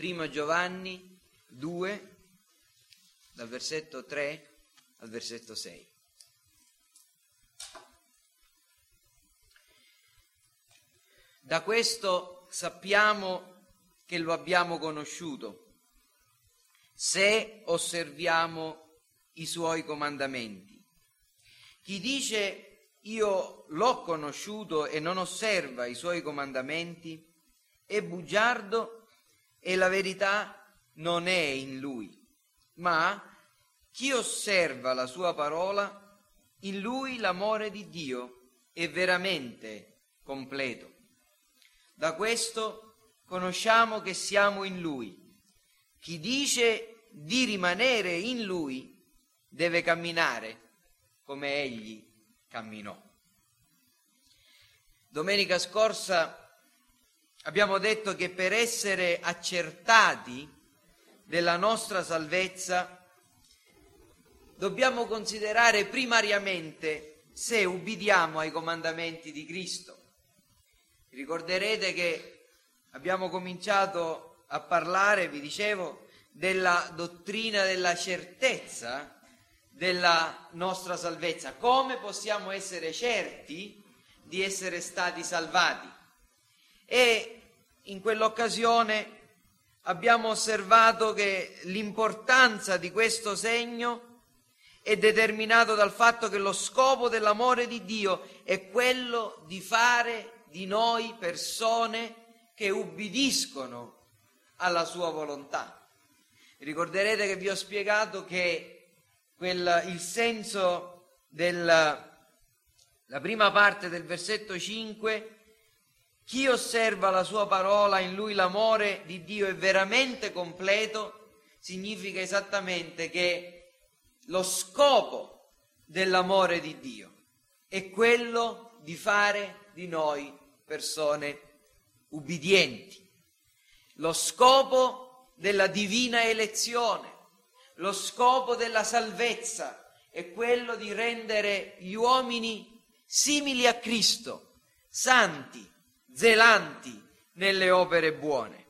1 Giovanni 2, dal versetto 3 al versetto 6. Da questo sappiamo che lo abbiamo conosciuto, se osserviamo i suoi comandamenti. Chi dice io l'ho conosciuto e non osserva i suoi comandamenti è bugiardo e la verità non è in lui. Ma chi osserva la sua parola, in lui l'amore di Dio è veramente completo. Da questo conosciamo che siamo in lui. Chi dice di rimanere in lui deve camminare come egli camminò. Domenica scorsa abbiamo detto che per essere accertati della nostra salvezza dobbiamo considerare primariamente se ubbidiamo ai comandamenti di Cristo. Ricorderete che abbiamo cominciato a parlare, vi dicevo, della dottrina della certezza della nostra salvezza. Come possiamo essere certi di essere stati salvati? E in quell'occasione abbiamo osservato che l'importanza di questo segno è determinato dal fatto che lo scopo dell'amore di Dio è quello di fare di noi persone che ubbidiscono alla sua volontà. Ricorderete che vi ho spiegato che il senso della prima parte del versetto 5, chi osserva la sua parola, in lui l'amore di Dio è veramente completo, significa esattamente che lo scopo dell'amore di Dio è quello di fare di noi persone ubbidienti. Lo scopo della divina elezione, lo scopo della salvezza è quello di rendere gli uomini simili a Cristo, santi, zelanti nelle opere buone.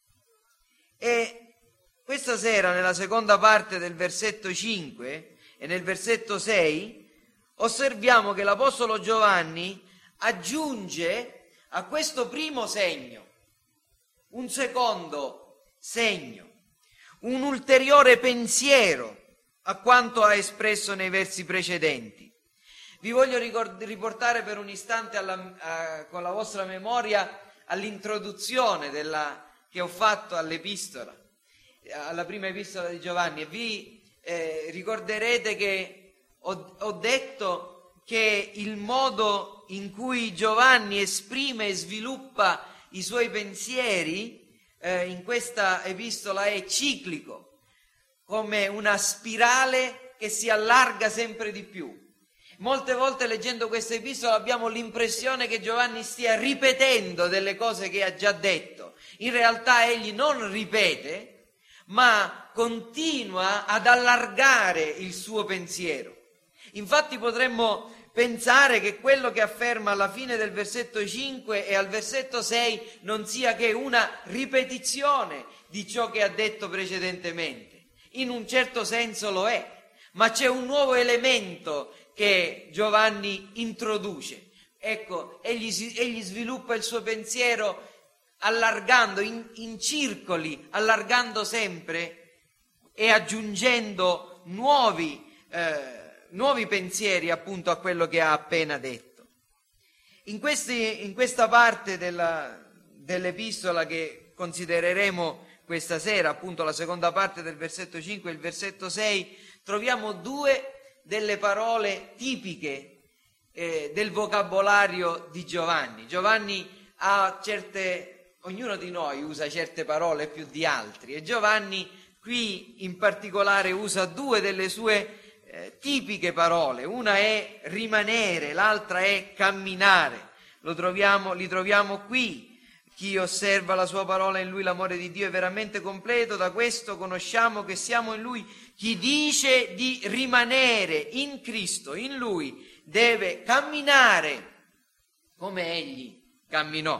E questa sera, nella seconda parte del versetto 5 e nel versetto 6, osserviamo che l'Apostolo Giovanni aggiunge a questo primo segno un secondo segno, un ulteriore pensiero a quanto ha espresso nei versi precedenti. Vi voglio riportare per un istante con la vostra memoria all'introduzione che ho fatto all'epistola, alla prima epistola di Giovanni, e vi ricorderete che ho detto che il modo in cui Giovanni esprime e sviluppa i suoi pensieri in questa epistola è ciclico, come una spirale che si allarga sempre di più. Molte volte leggendo questa epistola abbiamo l'impressione che Giovanni stia ripetendo delle cose che ha già detto. In realtà egli non ripete, ma continua ad allargare il suo pensiero. Infatti potremmo pensare che quello che afferma alla fine del versetto 5 e al versetto 6 non sia che una ripetizione di ciò che ha detto precedentemente. In un certo senso lo è, ma c'è un nuovo elemento che Giovanni introduce. Ecco, egli sviluppa il suo pensiero allargando in circoli, allargando sempre e aggiungendo nuovi pensieri appunto a quello che ha appena detto. In questa parte dell'epistola che considereremo questa sera, appunto la seconda parte del versetto 5 e il versetto 6, troviamo due delle parole tipiche del vocabolario di Giovanni. Giovanni ognuno di noi usa certe parole più di altri, e Giovanni qui in particolare usa due delle sue tipiche parole. Una è rimanere, l'altra è camminare. Li troviamo qui. Chi osserva la sua parola, in lui l'amore di Dio è veramente completo. Da questo conosciamo che siamo in lui. Chi dice di rimanere in Cristo, in lui, deve camminare come egli camminò.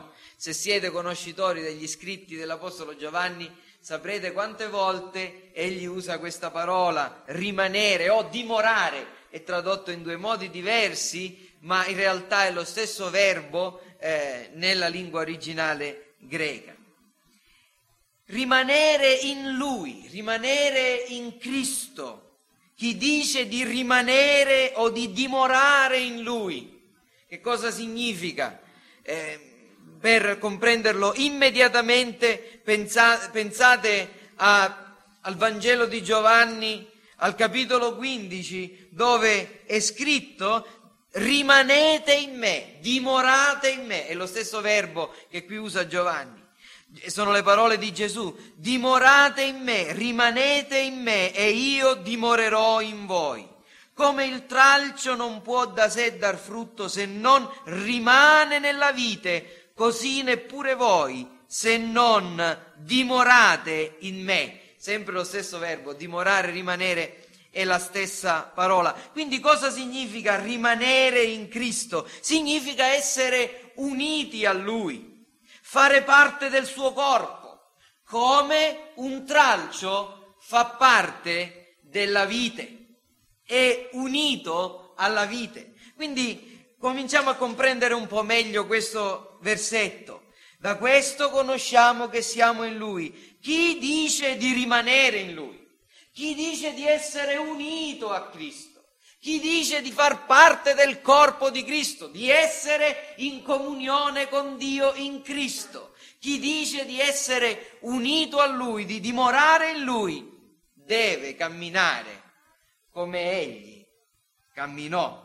Se siete conoscitori degli scritti dell'Apostolo Giovanni, saprete quante volte egli usa questa parola, rimanere o dimorare. È tradotto in due modi diversi, ma in realtà è lo stesso verbo nella lingua originale greca. Rimanere in Lui, rimanere in Cristo. Chi dice di rimanere o di dimorare in Lui, che cosa significa? Per comprenderlo immediatamente pensate al Vangelo di Giovanni, al capitolo 15, dove è scritto: rimanete in me, dimorate in me. È lo stesso verbo che qui usa Giovanni. Sono le parole di Gesù: dimorate in me, rimanete in me e io dimorerò in voi. Come il tralcio non può da sé dar frutto se non rimane nella vite, così neppure voi se non dimorate in me. Sempre lo stesso verbo, dimorare, rimanere, è la stessa parola. Quindi cosa significa rimanere in Cristo? Significa essere uniti a Lui, fare parte del suo corpo, come un tralcio fa parte della vite, è unito alla vite. Quindi cominciamo a comprendere un po' meglio questo versetto. Da questo conosciamo che siamo in Lui. Chi dice di rimanere in Lui? Chi dice di essere unito a Cristo? Chi dice di far parte del corpo di Cristo, di essere in comunione con Dio in Cristo? Chi dice di essere unito a Lui, di dimorare in Lui, deve camminare come Egli camminò.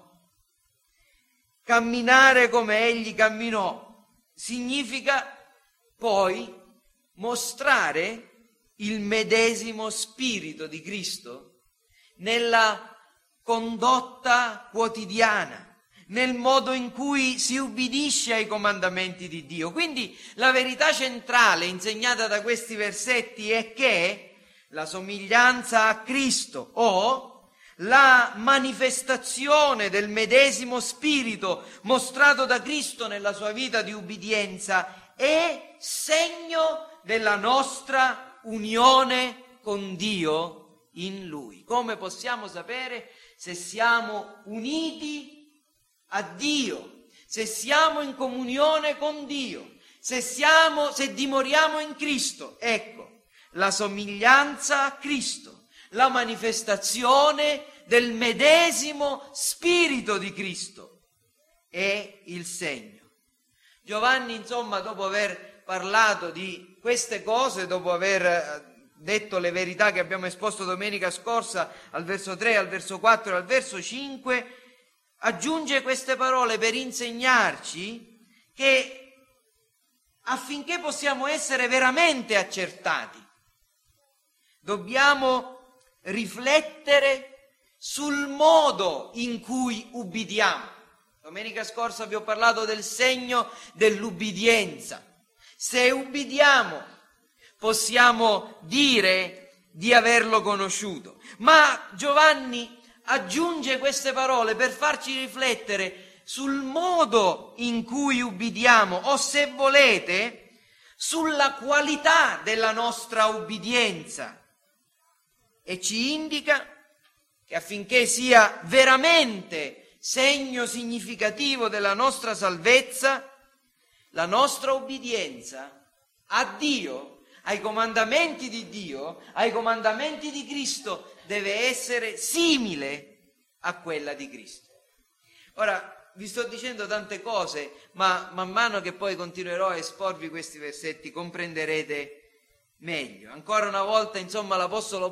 Camminare come Egli camminò significa poi mostrare il medesimo spirito di Cristo nella condotta quotidiana, nel modo in cui si ubbidisce ai comandamenti di Dio. Quindi la verità centrale insegnata da questi versetti è che la somiglianza a Cristo o la manifestazione del medesimo spirito mostrato da Cristo nella sua vita di ubbidienza è segno della nostra unione con Dio in Lui. Come possiamo sapere se siamo uniti a Dio, se siamo in comunione con Dio, se dimoriamo in Cristo? Ecco, la somiglianza a Cristo, la manifestazione del medesimo spirito di Cristo è il segno. Giovanni, insomma, dopo aver parlato di queste cose, dopo aver detto le verità che abbiamo esposto domenica scorsa, al verso 3, al verso 4 e al verso 5, aggiunge queste parole per insegnarci che affinché possiamo essere veramente accertati, dobbiamo riflettere sul modo in cui ubbidiamo. Domenica scorsa vi ho parlato del segno dell'ubbidienza. Se ubbidiamo, possiamo dire di averlo conosciuto. Ma Giovanni aggiunge queste parole per farci riflettere sul modo in cui ubbidiamo, o se volete, sulla qualità della nostra ubbidienza. E ci indica che affinché sia veramente segno significativo della nostra salvezza, la nostra ubbidienza a Dio, ai comandamenti di Dio, ai comandamenti di Cristo, deve essere simile a quella di Cristo. Ora, vi sto dicendo tante cose, ma man mano che poi continuerò a esporvi questi versetti comprenderete meglio. Ancora una volta, insomma, l'Apostolo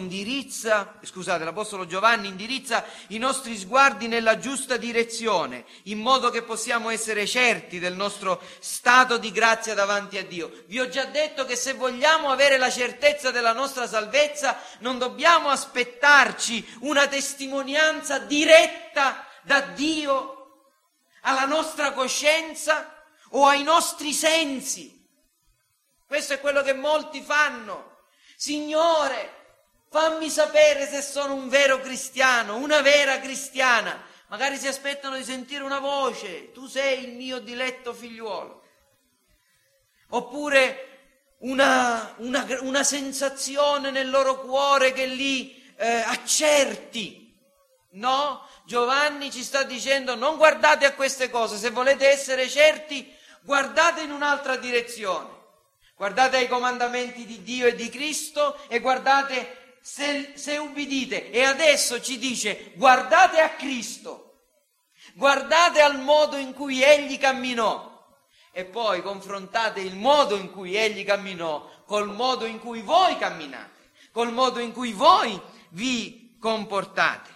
Giovanni indirizza i nostri sguardi nella giusta direzione, in modo che possiamo essere certi del nostro stato di grazia davanti a Dio. Vi ho già detto che se vogliamo avere la certezza della nostra salvezza, non dobbiamo aspettarci una testimonianza diretta da Dio alla nostra coscienza o ai nostri sensi. Questo è quello che molti fanno. Signore, fammi sapere se sono un vero cristiano, una vera cristiana. Magari si aspettano di sentire una voce: tu sei il mio diletto figliuolo. oppure una sensazione nel loro cuore che li accerti. No, Giovanni ci sta dicendo: non guardate a queste cose, se volete essere certi guardate in un'altra direzione, guardate ai comandamenti di Dio e di Cristo e guardate se ubbidite. E adesso ci dice: guardate a Cristo, guardate al modo in cui Egli camminò e poi confrontate il modo in cui Egli camminò col modo in cui voi camminate, col modo in cui voi vi comportate.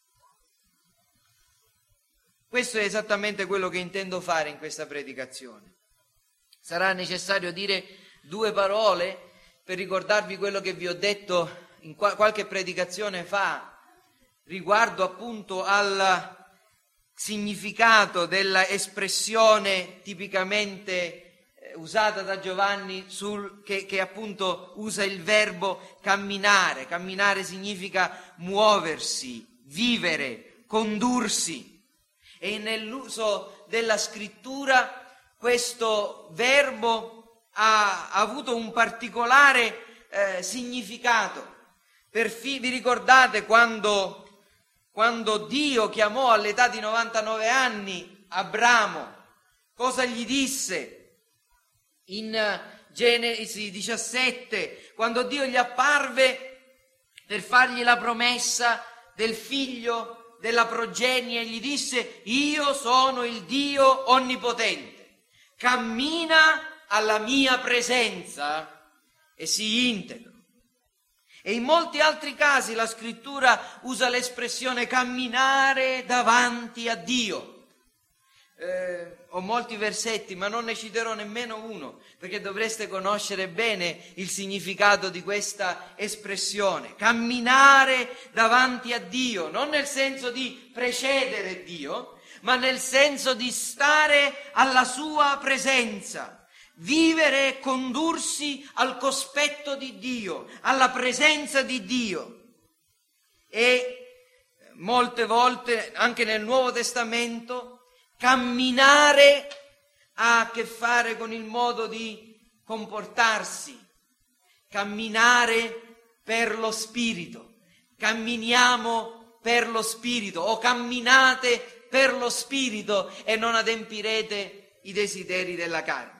Questo è esattamente quello che intendo fare in questa predicazione. Sarà necessario dire 2 parole per ricordarvi quello che vi ho detto in qualche predicazione fa riguardo appunto al significato della espressione tipicamente usata da Giovanni che appunto usa il verbo camminare. Camminare significa muoversi, vivere, condursi. E nell'uso della scrittura questo verbo ha avuto un particolare significato. Vi ricordate quando Dio chiamò all'età di 99 anni Abramo? Cosa gli disse? In Genesi 17, quando Dio gli apparve per fargli la promessa del figlio, della progenie, gli disse: io sono il Dio onnipotente, cammina alla mia presenza e sii integro. E in molti altri casi la scrittura usa l'espressione camminare davanti a Dio. Ho molti versetti, ma non ne citerò nemmeno uno, perché dovreste conoscere bene il significato di questa espressione. Camminare davanti a Dio, non nel senso di precedere Dio, ma nel senso di stare alla sua presenza, vivere e condursi al cospetto di Dio, alla presenza di Dio. E molte volte, anche nel Nuovo Testamento, camminare ha a che fare con il modo di comportarsi, camminare per lo Spirito, camminiamo per lo Spirito, o camminate per lo Spirito e non adempirete i desideri della carne.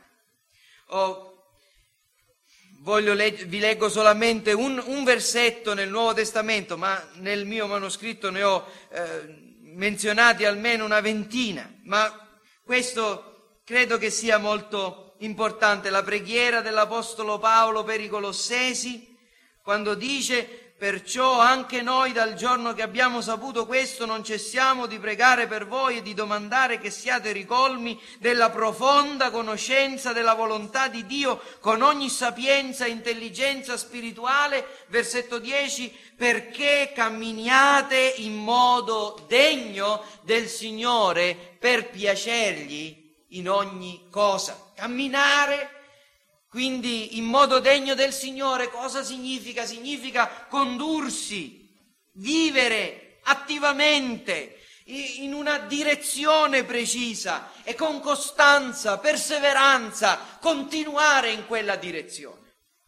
Vi leggo solamente un versetto nel Nuovo Testamento, ma nel mio manoscritto ne ho menzionati almeno una ventina, ma questo credo che sia molto importante. La preghiera dell'Apostolo Paolo per i Colossesi, quando dice: perciò anche noi dal giorno che abbiamo saputo questo non cessiamo di pregare per voi e di domandare che siate ricolmi della profonda conoscenza della volontà di Dio con ogni sapienza e intelligenza spirituale, versetto 10, perché camminiate in modo degno del Signore per piacergli in ogni cosa. Camminare quindi in modo degno del Signore cosa significa? Significa condursi, vivere attivamente in una direzione precisa e con costanza, perseveranza, continuare in quella direzione.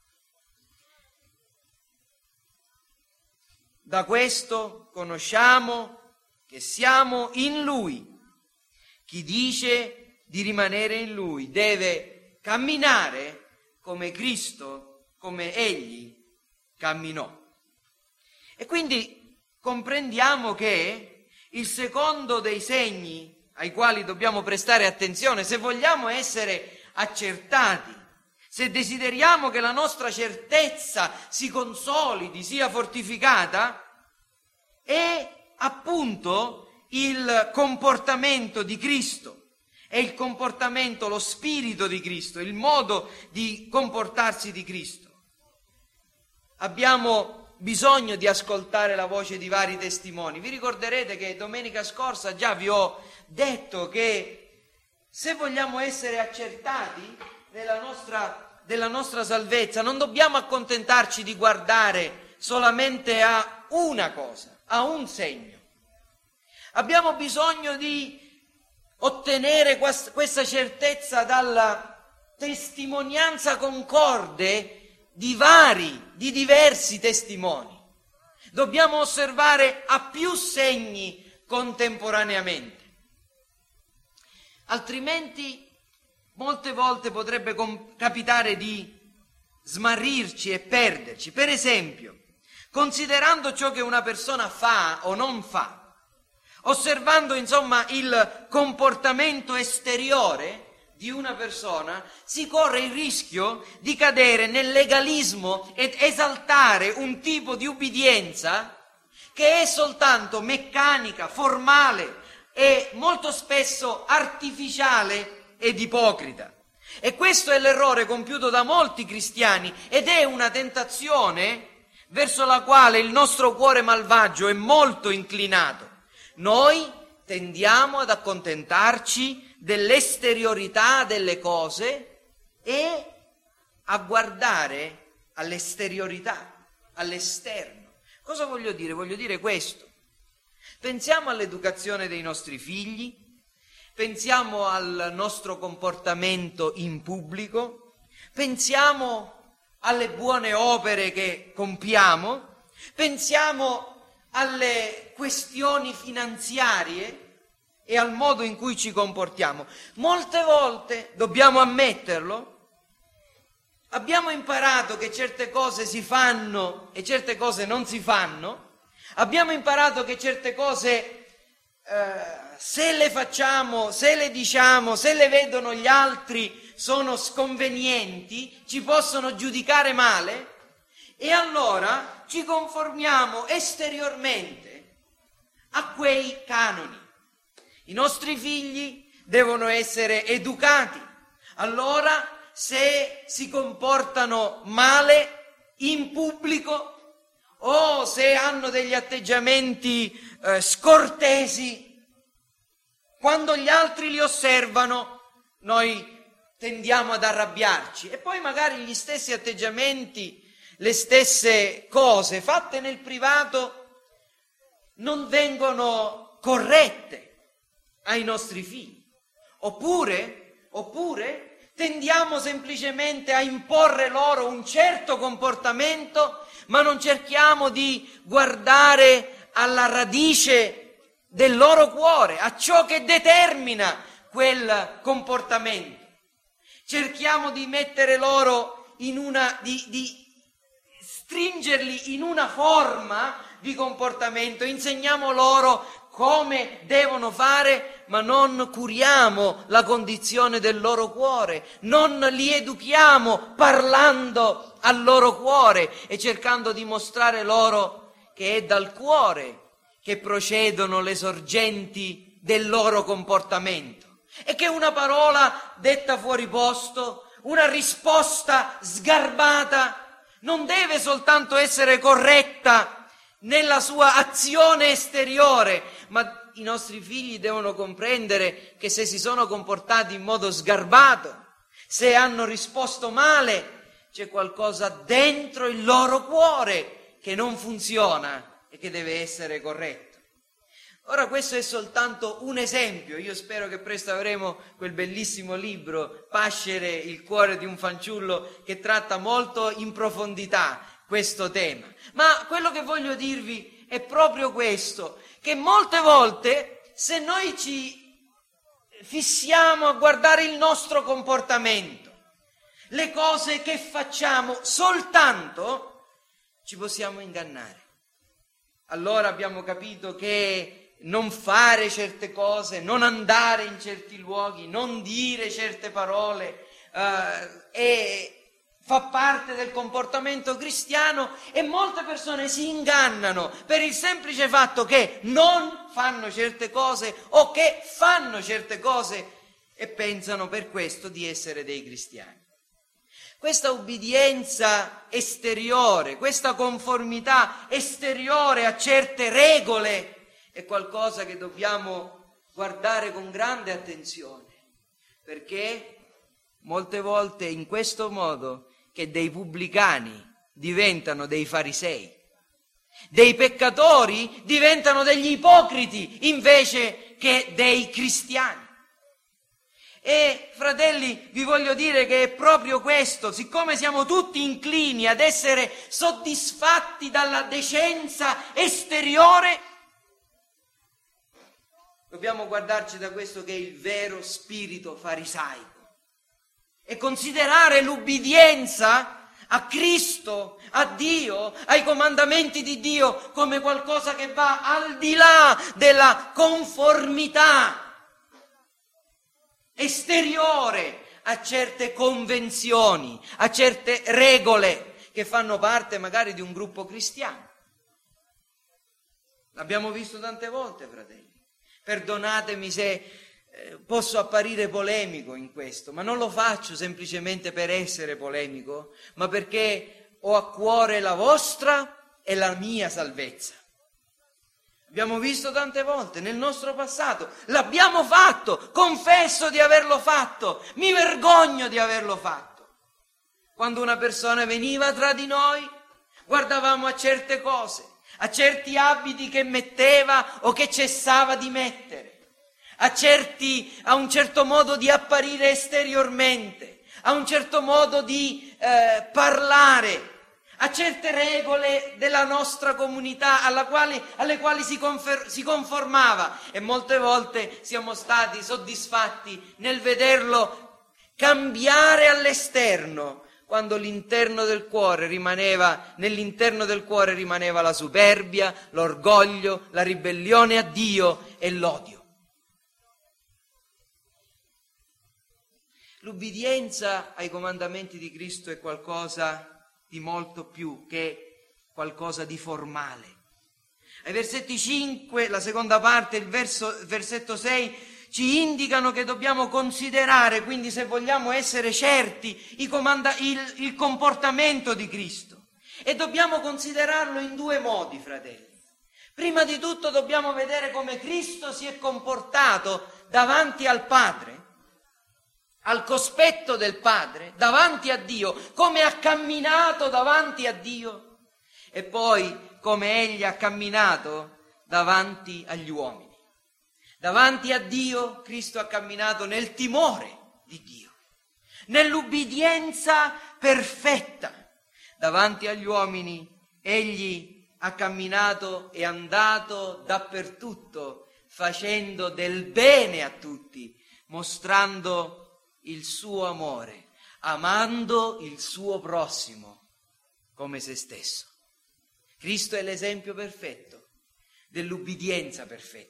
Da questo conosciamo che siamo in Lui. Chi dice di rimanere in Lui deve camminare come Cristo, come Egli camminò. E quindi comprendiamo che il secondo dei segni ai quali dobbiamo prestare attenzione, se vogliamo essere accertati, se desideriamo che la nostra certezza si consolidi, sia fortificata, è appunto il comportamento di Cristo. È il comportamento, lo spirito di Cristo, il modo di comportarsi di Cristo. Abbiamo bisogno di ascoltare la voce di vari testimoni. Vi ricorderete che domenica scorsa già vi ho detto che se vogliamo essere accertati della nostra salvezza, non dobbiamo accontentarci di guardare solamente a una cosa, a un segno. Abbiamo bisogno di ottenere questa certezza testimonianza concorde di diversi testimoni. Dobbiamo osservare a più segni contemporaneamente. Altrimenti molte volte potrebbe capitare di smarrirci e perderci. Per esempio, considerando ciò che una persona fa o non fa, osservando insomma il comportamento esteriore di una persona, si corre il rischio di cadere nel legalismo ed esaltare un tipo di ubbidienza che è soltanto meccanica, formale e molto spesso artificiale ed ipocrita. E questo è l'errore compiuto da molti cristiani ed è una tentazione verso la quale il nostro cuore malvagio è molto inclinato. Noi tendiamo ad accontentarci dell'esteriorità delle cose e a guardare all'esteriorità, all'esterno. Cosa voglio dire? Voglio dire questo. Pensiamo all'educazione dei nostri figli, pensiamo al nostro comportamento in pubblico, pensiamo alle buone opere che compiamo, pensiamo alle questioni finanziarie e al modo in cui ci comportiamo. Molte volte, dobbiamo ammetterlo, abbiamo imparato che certe cose si fanno e certe cose non si fanno, abbiamo imparato che certe cose se le facciamo, se le diciamo, se le vedono gli altri sono sconvenienti, ci possono giudicare male e allora ci conformiamo esteriormente a quei canoni. I nostri figli devono essere educati, allora se si comportano male in pubblico o se hanno degli atteggiamenti scortesi, quando gli altri li osservano, noi tendiamo ad arrabbiarci e poi magari gli stessi atteggiamenti, le stesse cose fatte nel privato non vengono corrette ai nostri figli. Oppure tendiamo semplicemente a imporre loro un certo comportamento, ma non cerchiamo di guardare alla radice del loro cuore, a ciò che determina quel comportamento. Cerchiamo di mettere loro di stringerli in una forma di comportamento, insegniamo loro come devono fare, ma non curiamo la condizione del loro cuore, non li educhiamo parlando al loro cuore e cercando di mostrare loro che è dal cuore che procedono le sorgenti del loro comportamento e che una parola detta fuori posto, una risposta sgarbata non deve soltanto essere corretta nella sua azione esteriore, ma i nostri figli devono comprendere che se si sono comportati in modo sgarbato, se hanno risposto male, c'è qualcosa dentro il loro cuore che non funziona e che deve essere corretto. Ora questo è soltanto un esempio, io spero che presto avremo quel bellissimo libro, Pascere il cuore di un fanciullo, che tratta molto in profondità questo tema. Ma quello che voglio dirvi è proprio questo, che molte volte se noi ci fissiamo a guardare il nostro comportamento, le cose che facciamo soltanto, ci possiamo ingannare. Allora abbiamo capito che non fare certe cose, non andare in certi luoghi, non dire certe parole fa parte del comportamento cristiano e molte persone si ingannano per il semplice fatto che non fanno certe cose o che fanno certe cose e pensano per questo di essere dei cristiani. Questa ubbidienza esteriore, questa conformità esteriore a certe regole è qualcosa che dobbiamo guardare con grande attenzione, perché molte volte è in questo modo che dei pubblicani diventano dei farisei, dei peccatori diventano degli ipocriti invece che dei cristiani. E fratelli, vi voglio dire che è proprio questo, siccome siamo tutti inclini ad essere soddisfatti dalla decenza esteriore, dobbiamo guardarci da questo che è il vero spirito farisaico e considerare l'ubbidienza a Cristo, a Dio, ai comandamenti di Dio come qualcosa che va al di là della conformità esteriore a certe convenzioni, a certe regole che fanno parte magari di un gruppo cristiano. L'abbiamo visto tante volte, fratelli. Perdonatemi se posso apparire polemico in questo, ma non lo faccio semplicemente per essere polemico, ma perché ho a cuore la vostra e la mia salvezza. Abbiamo visto tante volte nel nostro passato, l'abbiamo fatto, confesso di averlo fatto, mi vergogno di averlo fatto. Quando una persona veniva tra di noi, guardavamo a certe cose, a certi abiti che metteva o che cessava di mettere, a un certo modo di apparire esteriormente, a un certo modo di parlare, a certe regole della nostra comunità alle quali si conformava, e molte volte siamo stati soddisfatti nel vederlo cambiare all'esterno, quando nell'interno del cuore rimaneva la superbia, l'orgoglio, la ribellione a Dio e l'odio. L'ubbidienza ai comandamenti di Cristo è qualcosa di molto più che qualcosa di formale. Ai versetti 5, la seconda parte, il versetto 6, ci indicano che dobbiamo considerare, quindi se vogliamo essere certi, il comportamento di Cristo. E dobbiamo considerarlo in due modi, fratelli. Prima di tutto dobbiamo vedere come Cristo si è comportato davanti al Padre, al cospetto del Padre, davanti a Dio, come ha camminato davanti a Dio, e poi come Egli ha camminato davanti agli uomini. Davanti a Dio Cristo ha camminato nel timore di Dio, nell'ubbidienza perfetta. Davanti agli uomini Egli ha camminato e andato dappertutto, facendo del bene a tutti, mostrando il suo amore, amando il suo prossimo come se stesso. Cristo è l'esempio perfetto dell'ubbidienza perfetta.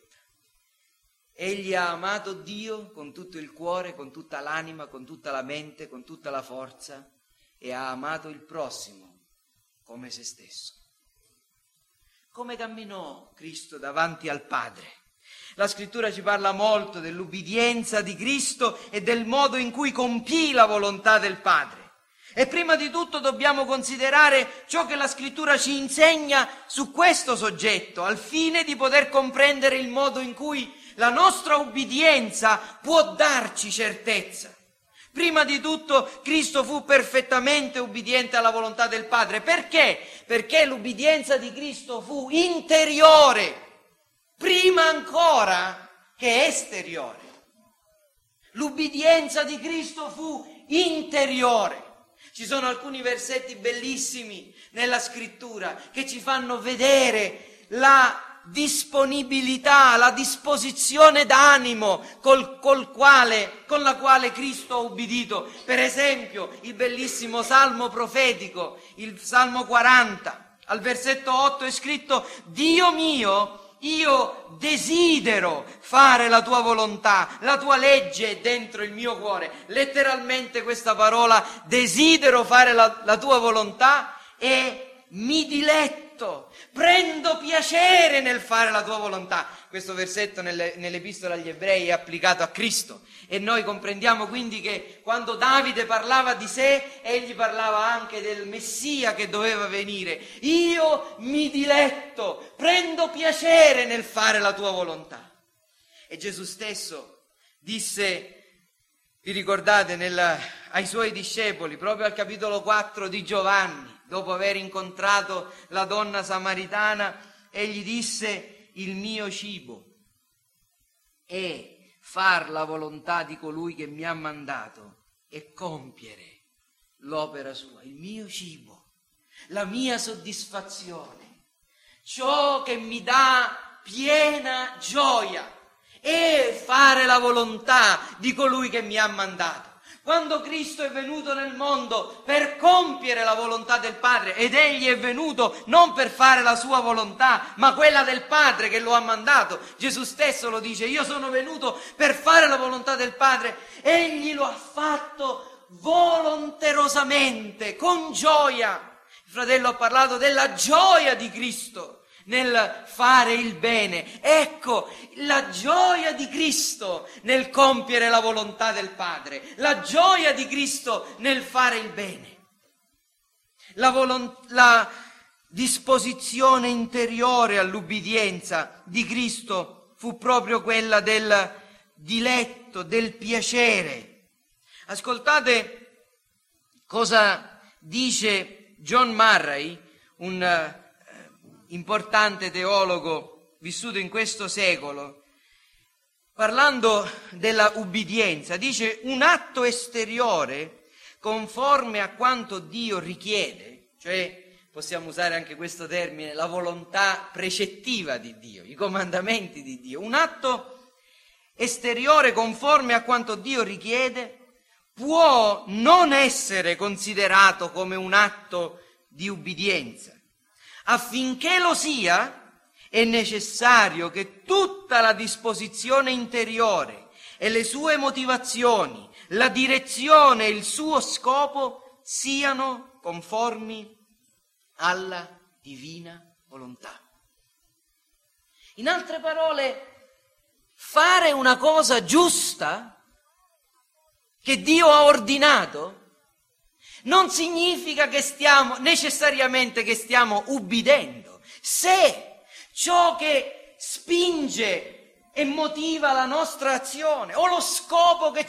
Egli ha amato Dio con tutto il cuore, con tutta l'anima, con tutta la mente, con tutta la forza, e ha amato il prossimo come se stesso. Come camminò Cristo davanti al Padre? La Scrittura ci parla molto dell'ubbidienza di Cristo e del modo in cui compì la volontà del Padre. E prima di tutto dobbiamo considerare ciò che la Scrittura ci insegna su questo soggetto, al fine di poter comprendere il modo in cui la nostra ubbidienza può darci certezza. Prima di tutto Cristo fu perfettamente ubbidiente alla volontà del Padre. Perché? Perché l'ubbidienza di Cristo fu interiore, prima ancora che esteriore. L'ubbidienza di Cristo fu interiore. Ci sono alcuni versetti bellissimi nella Scrittura che ci fanno vedere la disponibilità, la disposizione d'animo con la quale Cristo ha ubbidito. Per esempio, il bellissimo Salmo profetico, il Salmo 40, al versetto 8 è scritto: Dio mio, io desidero fare la tua volontà, la tua legge è dentro il mio cuore. Letteralmente questa parola, desidero fare la tua volontà, e mi diletto, prendo piacere nel fare la tua volontà. Questo versetto nell'Epistola agli Ebrei è applicato a Cristo, e noi comprendiamo quindi che quando Davide parlava di sé, egli parlava anche del Messia che doveva venire. Io mi diletto, prendo piacere nel fare la tua volontà. E Gesù stesso disse, vi ricordate, ai suoi discepoli, proprio al capitolo 4 di Giovanni, dopo aver incontrato la donna samaritana, egli disse: il mio cibo è far la volontà di colui che mi ha mandato e compiere l'opera sua, il mio cibo, la mia soddisfazione, ciò che mi dà piena gioia è fare la volontà di colui che mi ha mandato. Quando Cristo è venuto nel mondo per compiere la volontà del Padre, ed egli è venuto non per fare la sua volontà, ma quella del Padre che lo ha mandato. Gesù stesso lo dice: io sono venuto per fare la volontà del Padre. Egli lo ha fatto volonterosamente, con gioia. Il fratello ha parlato della gioia di Cristo nel fare il bene. Ecco, la gioia di Cristo nel compiere la volontà del Padre, la gioia di Cristo nel fare il bene. La disposizione interiore all'ubbidienza di Cristo fu proprio quella del diletto, del piacere. Ascoltate cosa dice John Murray, un importante teologo vissuto in questo secolo, parlando della ubbidienza. Dice: un atto esteriore conforme a quanto Dio richiede, cioè possiamo usare anche questo termine, la volontà precettiva di Dio, i comandamenti di Dio. Un atto esteriore conforme a quanto Dio richiede può non essere considerato come un atto di ubbidienza. Affinché lo sia, è necessario che tutta la disposizione interiore e le sue motivazioni, la direzione e il suo scopo siano conformi alla divina volontà. In altre parole, fare una cosa giusta che Dio ha ordinato non significa che necessariamente che stiamo ubbidendo. Se ciò che spinge e motiva la nostra azione o lo scopo che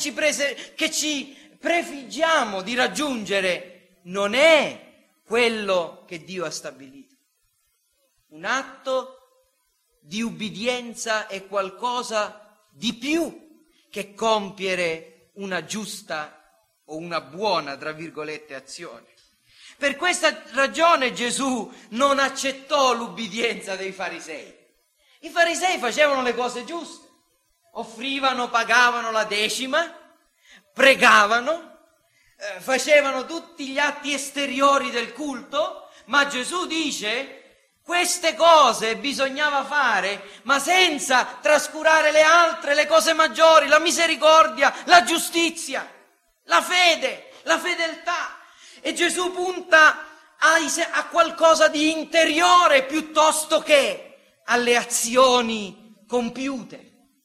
ci prefiggiamo di raggiungere non è quello che Dio ha stabilito. Un atto di ubbidienza è qualcosa di più che compiere una giusta o una buona, tra virgolette, azione. Per questa ragione Gesù non accettò l'ubbidienza dei farisei. I farisei facevano le cose giuste, offrivano, pagavano la decima, pregavano, facevano tutti gli atti esteriori del culto, ma Gesù dice: queste cose bisognava fare, ma senza trascurare le altre, le cose maggiori, la misericordia, la giustizia, la fede, la fedeltà. E Gesù punta a qualcosa di interiore piuttosto che alle azioni compiute.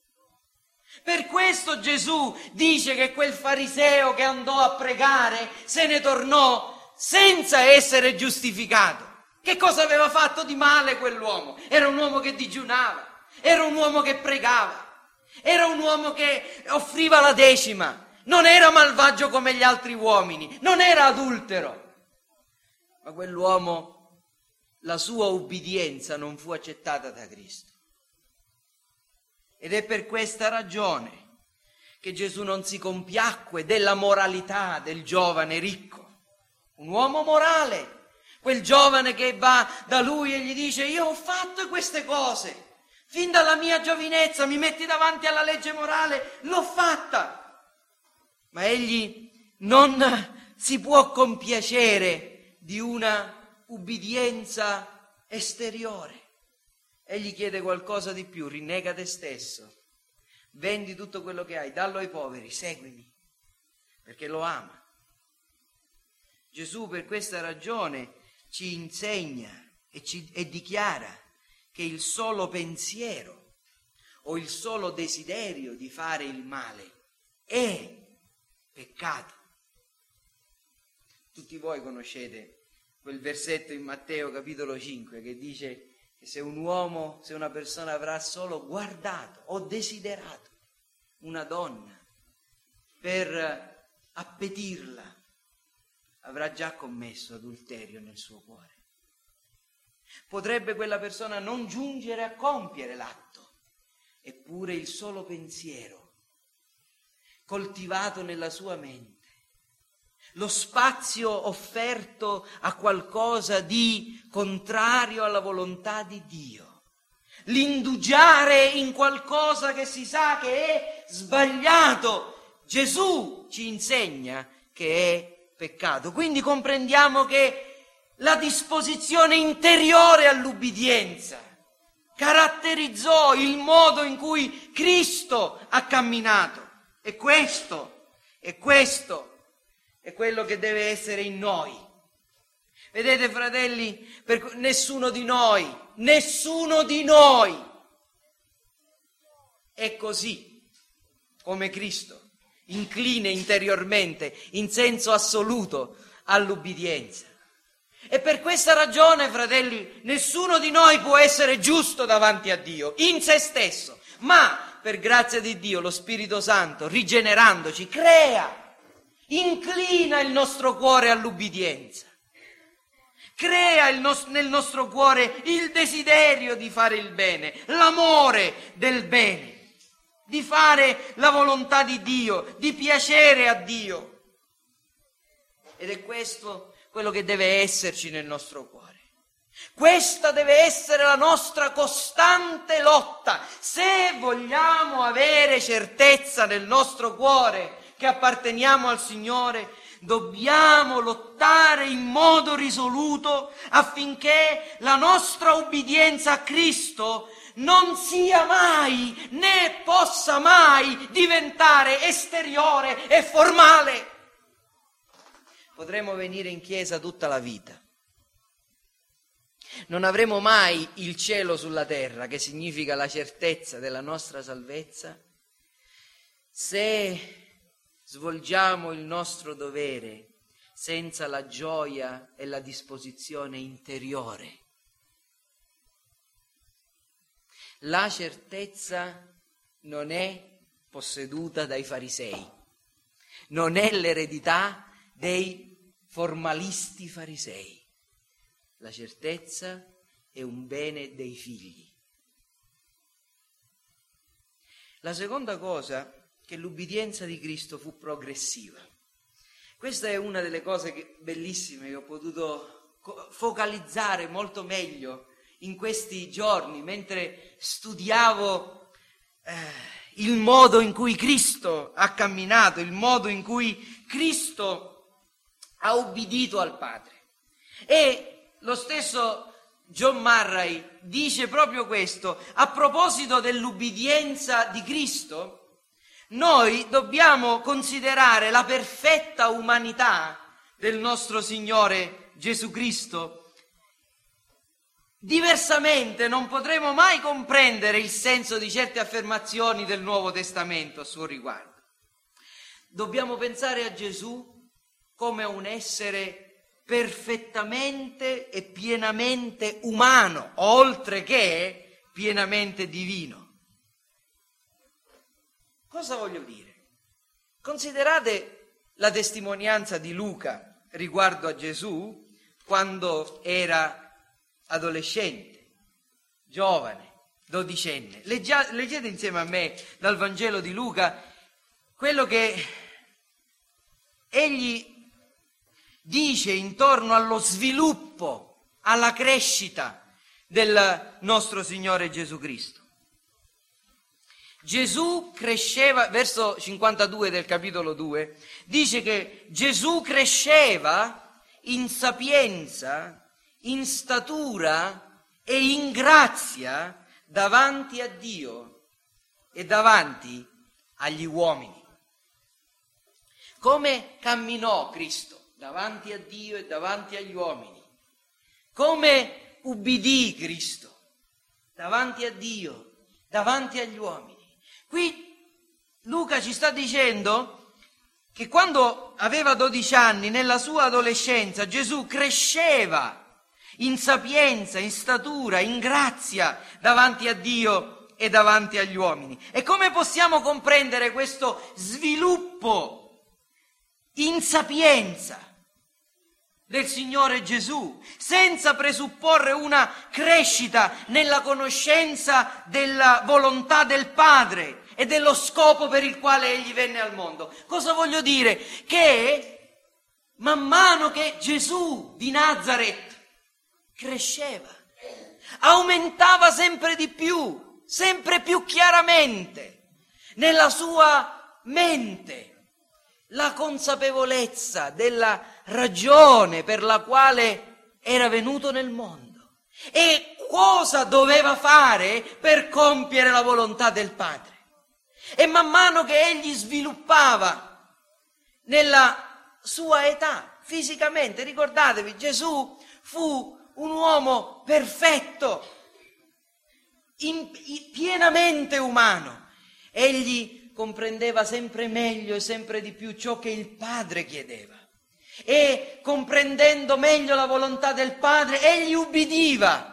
Per questo Gesù dice che quel fariseo che andò a pregare se ne tornò senza essere giustificato. Che cosa aveva fatto di male quell'uomo? Era un uomo che digiunava, era un uomo che pregava, era un uomo che offriva la decima. Non era malvagio come gli altri uomini, non era adultero, ma quell'uomo, la sua ubbidienza non fu accettata da Cristo. Ed è per questa ragione che Gesù non si compiacque della moralità del giovane ricco, un uomo morale, quel giovane che va da lui e gli dice: io ho fatto queste cose, fin dalla mia giovinezza mi metti davanti alla legge morale, l'ho fatta. Ma egli non si può compiacere di una ubbidienza esteriore. Egli chiede qualcosa di più: rinnega te stesso, vendi tutto quello che hai, dallo ai poveri, seguimi, perché lo ama. Gesù per questa ragione ci insegna e dichiara che il solo pensiero o il solo desiderio di fare il male è peccato. Tutti voi conoscete quel versetto in Matteo capitolo 5 che dice che se una persona avrà solo guardato o desiderato una donna per appetirla, avrà già commesso adulterio nel suo cuore. Potrebbe quella persona non giungere a compiere l'atto, eppure il solo pensiero coltivato nella sua mente, lo spazio offerto a qualcosa di contrario alla volontà di Dio, l'indugiare in qualcosa che si sa che è sbagliato. Gesù ci insegna che è peccato. Quindi comprendiamo che la disposizione interiore all'ubbidienza caratterizzò il modo in cui Cristo ha camminato. E questo è quello che deve essere in noi. Vedete, fratelli, nessuno di noi è così come Cristo, incline interiormente, in senso assoluto, all'ubbidienza. E per questa ragione, fratelli, nessuno di noi può essere giusto davanti a Dio, in se stesso, ma per grazia di Dio lo Spirito Santo, rigenerandoci, inclina il nostro cuore all'ubbidienza, crea nel nostro cuore il desiderio di fare il bene, l'amore del bene, di fare la volontà di Dio, di piacere a Dio. Ed è questo quello che deve esserci nel nostro cuore. Questa deve essere la nostra costante lotta. Se vogliamo avere certezza nel nostro cuore che apparteniamo al Signore, dobbiamo lottare in modo risoluto affinché la nostra ubbidienza a Cristo non sia mai, né possa mai diventare esteriore e formale. Potremo venire in chiesa tutta la vita. Non avremo mai il cielo sulla terra, che significa la certezza della nostra salvezza, se svolgiamo il nostro dovere senza la gioia e la disposizione interiore. La certezza non è posseduta dai farisei, non è l'eredità dei formalisti farisei. La certezza è un bene dei figli. La seconda cosa, che l'ubbidienza di Cristo fu progressiva. Questa è una delle cose bellissime che ho potuto focalizzare molto meglio in questi giorni, mentre studiavo il modo in cui Cristo ha camminato, il modo in cui Cristo ha ubbidito al Padre. E lo stesso John Murray dice proprio questo: a proposito dell'ubbidienza di Cristo, noi dobbiamo considerare la perfetta umanità del nostro Signore Gesù Cristo. Diversamente non potremo mai comprendere il senso di certe affermazioni del Nuovo Testamento a suo riguardo. Dobbiamo pensare a Gesù come a un essere perfettamente e pienamente umano, oltre che pienamente divino. Cosa voglio dire? Considerate la testimonianza di Luca riguardo a Gesù quando era adolescente, giovane, dodicenne. Leggete insieme a me dal Vangelo di Luca quello che egli dice intorno allo sviluppo, alla crescita del nostro Signore Gesù Cristo. Gesù cresceva, verso 52 del capitolo 2, dice che Gesù cresceva in sapienza, in statura e in grazia davanti a Dio e davanti agli uomini. Come camminò Cristo davanti a Dio e davanti agli uomini? Come ubbidì Cristo davanti a Dio, davanti agli uomini? Qui Luca ci sta dicendo che quando aveva 12 anni, nella sua adolescenza, Gesù cresceva in sapienza, in statura, in grazia davanti a Dio e davanti agli uomini. E come possiamo comprendere questo sviluppo in sapienza del Signore Gesù, senza presupporre una crescita nella conoscenza della volontà del Padre e dello scopo per il quale egli venne al mondo. Cosa voglio dire? Che man mano che Gesù di Nazaret cresceva, aumentava sempre di più, sempre più chiaramente nella sua mente la consapevolezza della ragione per la quale era venuto nel mondo e cosa doveva fare per compiere la volontà del Padre. E man mano che egli sviluppava nella sua età fisicamente, ricordatevi, Gesù fu un uomo perfetto, pienamente umano. Egli comprendeva sempre meglio e sempre di più ciò che il Padre chiedeva. E comprendendo meglio la volontà del Padre, egli ubbidiva.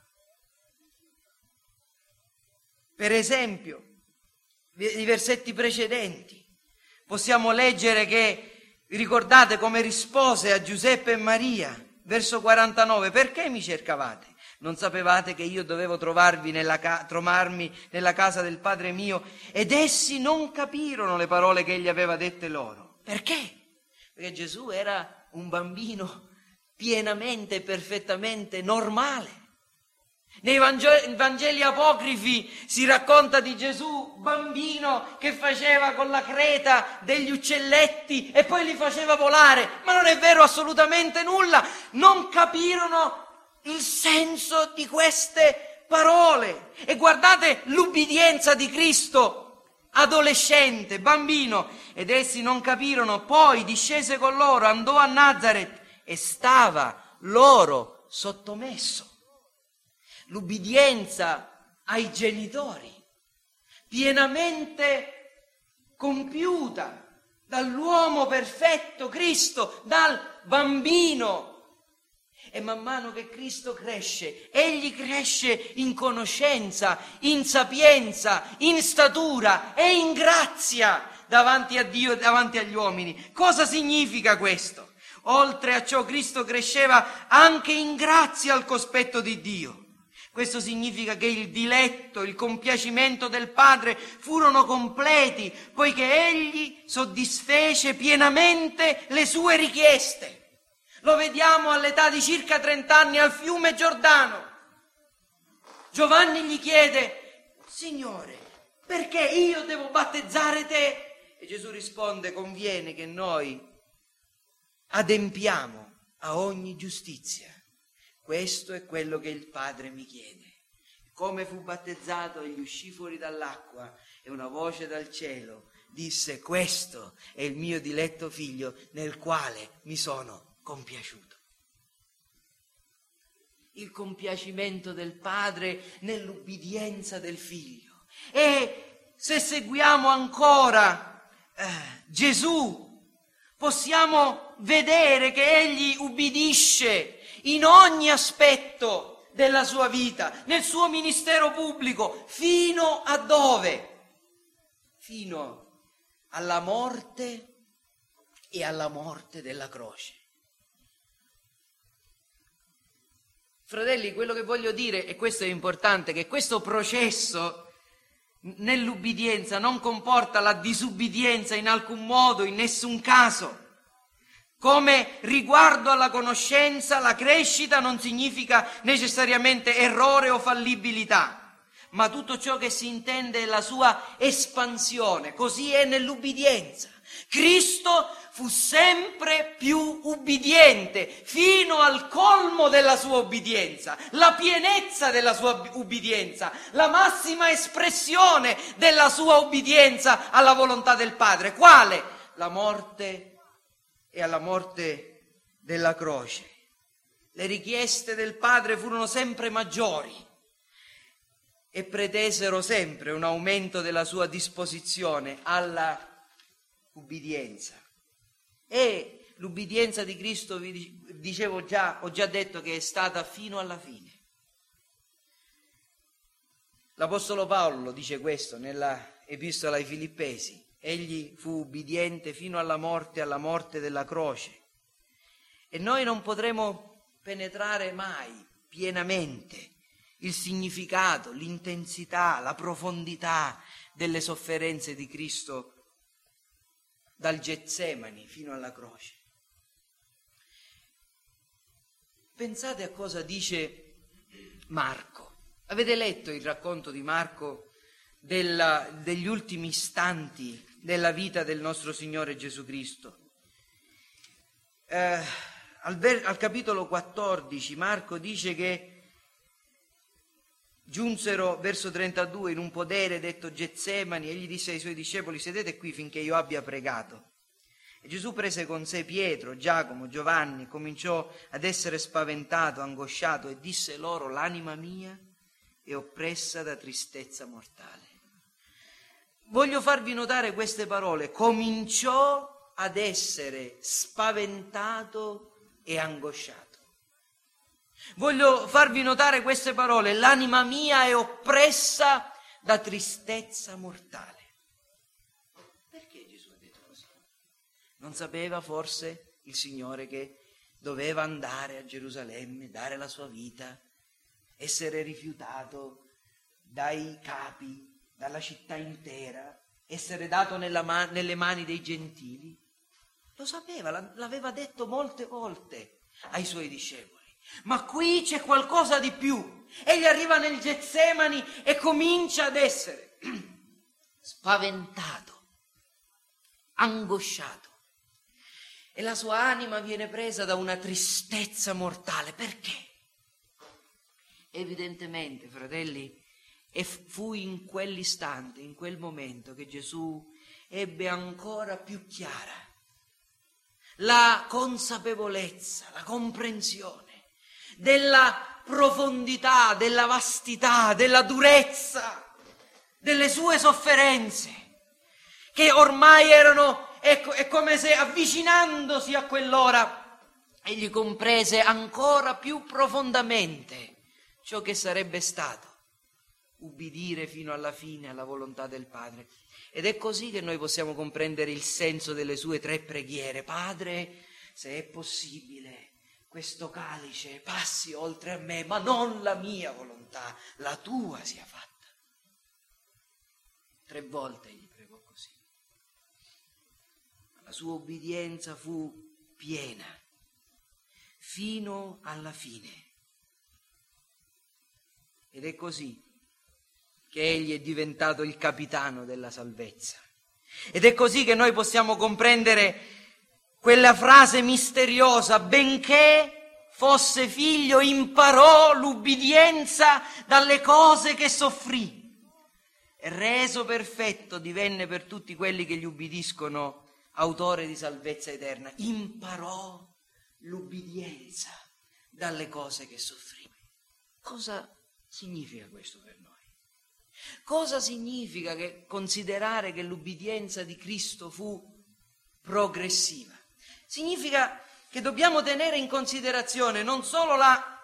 Per esempio, i versetti precedenti, possiamo leggere che, ricordate come rispose a Giuseppe e Maria, verso 49, perché mi cercavate? Non sapevate che io dovevo trovarmi nella casa del Padre mio? Ed essi non capirono le parole che egli aveva dette loro. Perché? Perché Gesù era un bambino pienamente e perfettamente normale. Nei Vangeli apocrifi si racconta di Gesù bambino che faceva con la creta degli uccelletti e poi li faceva volare, ma non è vero assolutamente nulla. Non capirono il senso di queste parole. E guardate l'ubbidienza di Cristo, adolescente, bambino, ed essi non capirono. Poi discese con loro, andò a Nazaret e stava loro sottomesso. L'ubbidienza ai genitori, pienamente compiuta dall'uomo perfetto Cristo, dal bambino. E man mano che Cristo cresce, egli cresce in conoscenza, in sapienza, in statura e in grazia davanti a Dio e davanti agli uomini. Cosa significa questo? Oltre a ciò, Cristo cresceva anche in grazia al cospetto di Dio. Questo significa che il diletto, il compiacimento del Padre furono completi, poiché egli soddisfece pienamente le sue richieste. Lo vediamo all'età di circa 30 anni al fiume Giordano. Giovanni gli chiede: Signore, perché io devo battezzare te? E Gesù risponde: conviene che noi adempiamo a ogni giustizia. Questo è quello che il Padre mi chiede. Come fu battezzato, egli uscì fuori dall'acqua e una voce dal cielo disse: questo è il mio diletto figlio nel quale mi sono compiaciuto. Il compiacimento del Padre nell'ubbidienza del figlio. E se seguiamo ancora Gesù, possiamo vedere che egli ubbidisce in ogni aspetto della sua vita, nel suo ministero pubblico, fino a dove? Fino alla morte e alla morte della croce. Fratelli, quello che voglio dire, e questo è importante, che questo processo nell'ubbidienza non comporta la disubbidienza in alcun modo, in nessun caso. Come riguardo alla conoscenza, la crescita non significa necessariamente errore o fallibilità, ma tutto ciò che si intende è la sua espansione. Così è nell'ubbidienza. Cristo fu sempre più ubbidiente, fino al colmo della sua ubbidienza, la pienezza della sua ubbidienza, la massima espressione della sua ubbidienza alla volontà del Padre. Quale? La morte e alla morte della croce. Le richieste del Padre furono sempre maggiori e pretesero sempre un aumento della sua disposizione alla ubbidienza. E l'ubbidienza di Cristo, vi dicevo ho già detto che è stata fino alla fine. L'Apostolo Paolo dice questo nella Epistola ai Filippesi. Egli fu ubbidiente fino alla morte della croce. E noi non potremo penetrare mai pienamente il significato, l'intensità, la profondità delle sofferenze di Cristo dal Getsemani fino alla croce. Pensate a cosa dice Marco. Avete letto il racconto di Marco degli ultimi istanti della vita del nostro Signore Gesù Cristo? Al capitolo 14 Marco dice che giunsero, verso 32, in un podere detto Getsemani, egli disse ai suoi discepoli: sedete qui finché io abbia pregato. E Gesù prese con sé Pietro, Giacomo, Giovanni, cominciò ad essere spaventato, angosciato, e disse loro: l'anima mia è oppressa da tristezza mortale. Voglio farvi notare queste parole: cominciò ad essere spaventato e angosciato. Voglio farvi notare queste parole: l'anima mia è oppressa da tristezza mortale. Perché Gesù ha detto così? Non sapeva forse il Signore che doveva andare a Gerusalemme, dare la sua vita, essere rifiutato dai capi, dalla città intera, essere dato nelle mani dei gentili? Lo sapeva, l'aveva detto molte volte ai suoi discepoli. Ma qui c'è qualcosa di più. Egli arriva nel Getsemani e comincia ad essere spaventato, angosciato, e la sua anima viene presa da una tristezza mortale. Perché? Evidentemente, fratelli, e fu in quell'istante, in quel momento, che Gesù ebbe ancora più chiara la consapevolezza, la comprensione della profondità, della vastità, della durezza delle sue sofferenze, che ormai erano, è come se, avvicinandosi a quell'ora, egli comprese ancora più profondamente ciò che sarebbe stato ubbidire fino alla fine alla volontà del Padre. Ed è così che noi possiamo comprendere il senso delle sue 3 preghiere. Padre, se è possibile, questo calice passi oltre a me, ma non la mia volontà, la tua sia fatta. 3 volte egli pregò così. La sua obbedienza fu piena, fino alla fine. Ed è così che egli è diventato il capitano della salvezza. Ed è così che noi possiamo comprendere quella frase misteriosa: benché fosse figlio, imparò l'ubbidienza dalle cose che soffrì. E reso perfetto divenne per tutti quelli che gli ubbidiscono autore di salvezza eterna. Imparò l'ubbidienza dalle cose che soffrì. Cosa significa questo per noi? Cosa significa considerare che l'ubbidienza di Cristo fu progressiva? Significa che dobbiamo tenere in considerazione non solo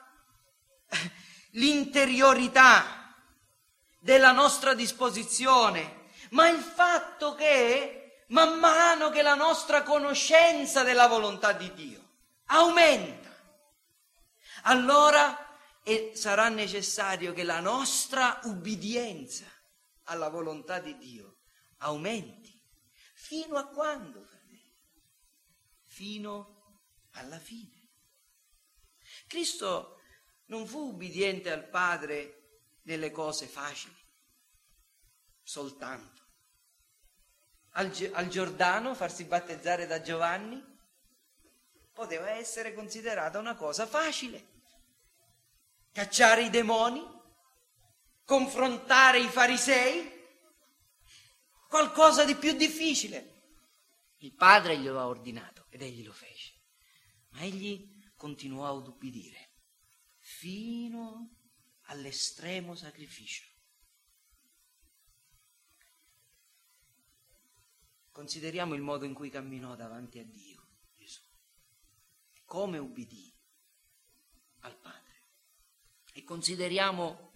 l'interiorità della nostra disposizione, ma il fatto che man mano che la nostra conoscenza della volontà di Dio aumenta, allora sarà necessario che la nostra ubbidienza alla volontà di Dio aumenti. Fino a quando, fratelli? Fino alla fine. Cristo non fu ubbidiente al Padre nelle cose facili, soltanto. Al Giordano farsi battezzare da Giovanni poteva essere considerata una cosa facile. Cacciare i demoni, confrontare i farisei, qualcosa di più difficile. Il Padre glielo ha ordinato ed egli lo fece, ma egli continuò ad ubbidire fino all'estremo sacrificio. Consideriamo il modo in cui camminò davanti a Dio Gesù, come ubbidì al Padre. E consideriamo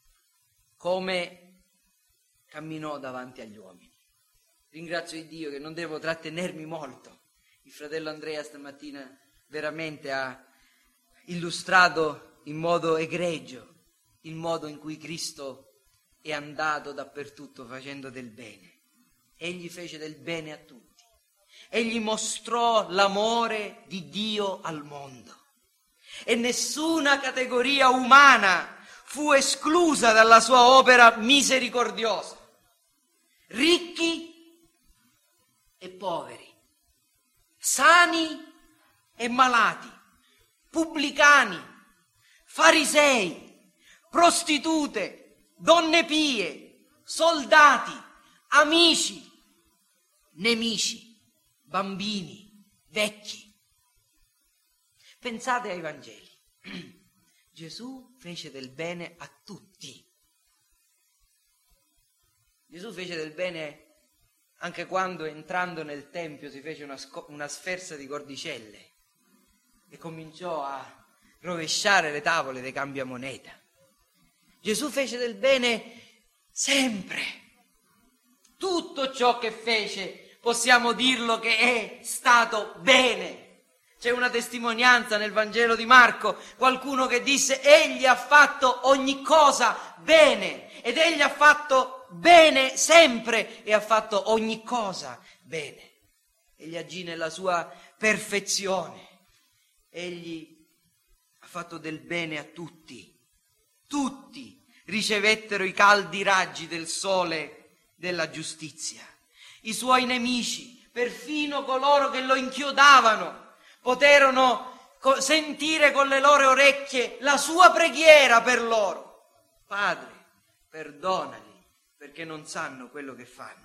come camminò davanti agli uomini. Ringrazio Dio che non devo trattenermi molto. Il fratello Andrea stamattina veramente ha illustrato in modo egregio il modo in cui Cristo è andato dappertutto facendo del bene. Egli fece del bene a tutti. Egli mostrò l'amore di Dio al mondo. E nessuna categoria umana fu esclusa dalla sua opera misericordiosa. Ricchi e poveri, sani e malati, pubblicani, farisei, prostitute, donne pie, soldati, amici, nemici, bambini, vecchi. Pensate ai Vangeli. Gesù fece del bene a tutti. Gesù fece del bene anche quando, entrando nel Tempio, si fece una sferza di cordicelle e cominciò a rovesciare le tavole dei cambiamoneta. Gesù fece del bene sempre. Tutto ciò che fece possiamo dirlo che è stato bene. C'è una testimonianza nel Vangelo di Marco, qualcuno che disse: egli ha fatto ogni cosa bene, ed egli ha fatto bene sempre e ha fatto ogni cosa bene. Egli agì nella sua perfezione. Egli ha fatto del bene a tutti. Tutti ricevettero i caldi raggi del sole della giustizia. I suoi nemici, perfino coloro che lo inchiodavano, poterono sentire con le loro orecchie la sua preghiera per loro: Padre, perdonali, perché non sanno quello che fanno.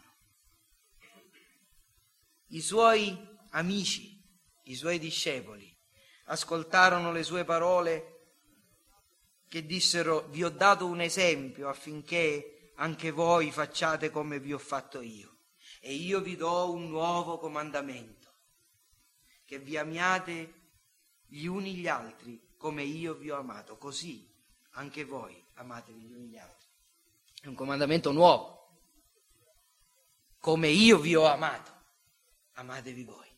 I suoi amici, i suoi discepoli, ascoltarono le sue parole che dissero: vi ho dato un esempio affinché anche voi facciate come vi ho fatto io. E io vi do un nuovo comandamento: che vi amiate gli uni gli altri come io vi ho amato, così anche voi amatevi gli uni gli altri. È un comandamento nuovo: come io vi ho amato, amatevi voi.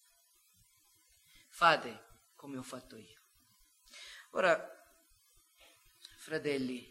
Fate come ho fatto io. Ora, fratelli,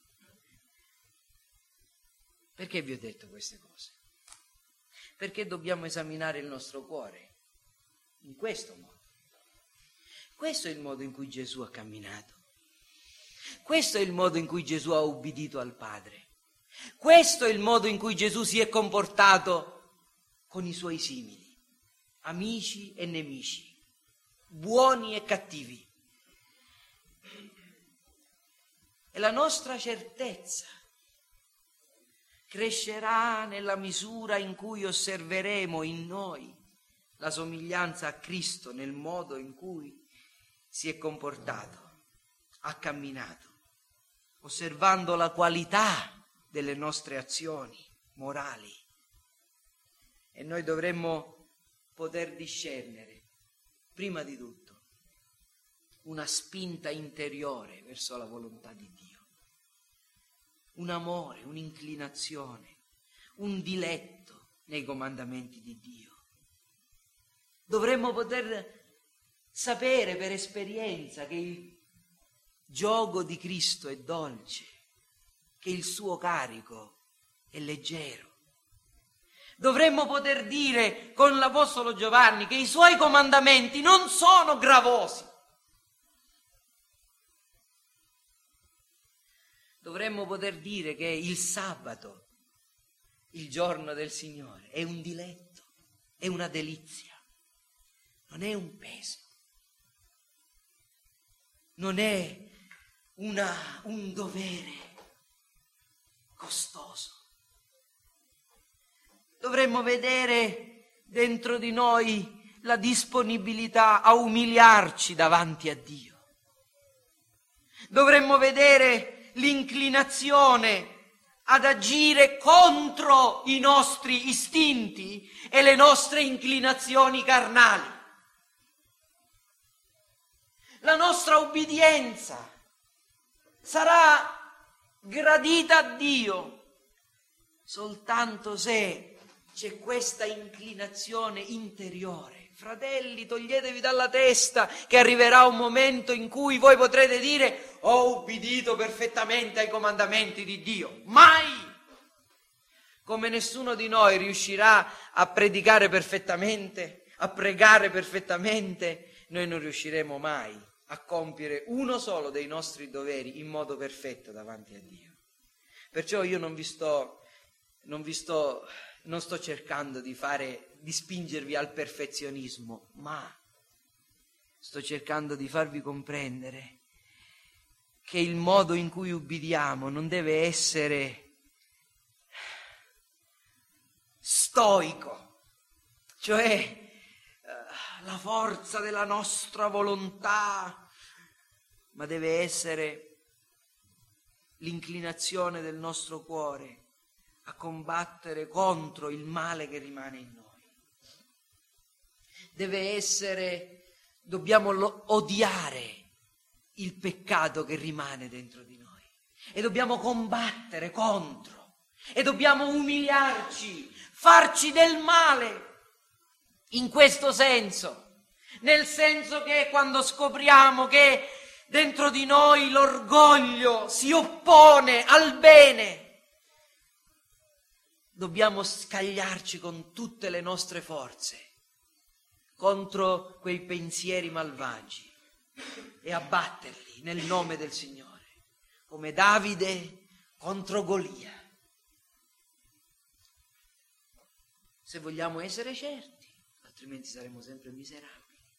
perché vi ho detto queste cose? Perché dobbiamo esaminare il nostro cuore in questo modo. Questo è il modo in cui Gesù ha camminato. Questo è il modo in cui Gesù ha ubbidito al Padre. Questo è il modo in cui Gesù si è comportato con i suoi simili, amici e nemici, buoni e cattivi. E la nostra certezza crescerà nella misura in cui osserveremo in noi la somiglianza a Cristo nel modo in cui si è comportato, ha camminato, osservando la qualità delle nostre azioni morali. E noi dovremmo poter discernere, prima di tutto, una spinta interiore verso la volontà di Dio, un amore, un'inclinazione, un diletto nei comandamenti di Dio. Dovremmo poter sapere per esperienza che il giogo di Cristo è dolce, che il suo carico è leggero. Dovremmo poter dire con l'Apostolo Giovanni che i suoi comandamenti non sono gravosi. Dovremmo poter dire che il sabato, il giorno del Signore, è un diletto, è una delizia, non è un peso, non è un dovere costoso. Dovremmo vedere dentro di noi la disponibilità a umiliarci davanti a Dio. Dovremmo vedere l'inclinazione ad agire contro i nostri istinti e le nostre inclinazioni carnali. La nostra ubbidienza sarà gradita a Dio soltanto se c'è questa inclinazione interiore fratelli, toglietevi dalla testa che arriverà un momento in cui voi potrete dire: ho ubbidito perfettamente ai comandamenti di Dio. Mai! Come nessuno di noi riuscirà a predicare perfettamente, a pregare perfettamente, noi non riusciremo mai a compiere uno solo dei nostri doveri in modo perfetto davanti a Dio. Perciò io non sto cercando di spingervi al perfezionismo, ma sto cercando di farvi comprendere che il modo in cui ubbidiamo non deve essere stoico, cioè la forza della nostra volontà, ma deve essere l'inclinazione del nostro cuore a combattere contro il male che rimane in noi. Dobbiamo odiare il peccato che rimane dentro di noi e dobbiamo combattere contro e dobbiamo umiliarci, farci del male in questo senso, nel senso che quando scopriamo che dentro di noi l'orgoglio si oppone al bene, dobbiamo scagliarci con tutte le nostre forze contro quei pensieri malvagi e abbatterli nel nome del Signore, come Davide contro Golia. Se vogliamo essere certi, altrimenti saremo sempre miserabili.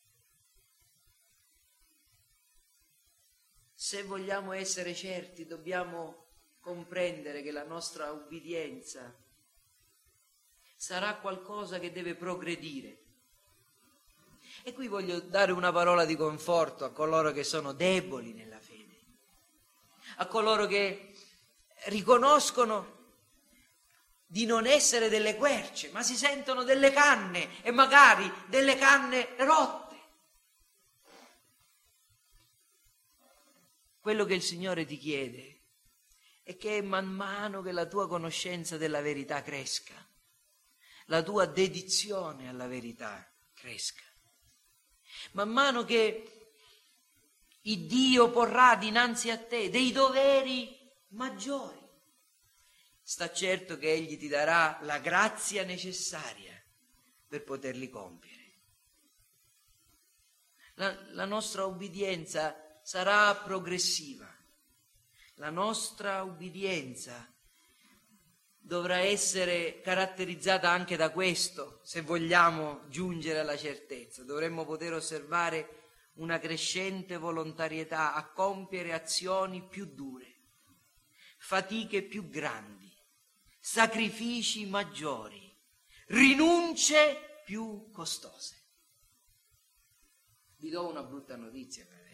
Se vogliamo essere certi, dobbiamo comprendere che la nostra ubbidienza sarà qualcosa che deve progredire. E qui voglio dare una parola di conforto a coloro che sono deboli nella fede, a coloro che riconoscono di non essere delle querce, ma si sentono delle canne e magari delle canne rotte. Quello che il Signore ti chiede è che man mano che la tua conoscenza della verità cresca, la tua dedizione alla verità cresca, man mano che il Dio porrà dinanzi a te dei doveri maggiori, sta certo che Egli ti darà la grazia necessaria per poterli compiere. La nostra ubbidienza sarà progressiva. La nostra ubbidienza dovrà essere caratterizzata anche da questo, se vogliamo giungere alla certezza. Dovremmo poter osservare una crescente volontarietà a compiere azioni più dure, fatiche più grandi, sacrifici maggiori, rinunce più costose. Vi do una brutta notizia, fratelli.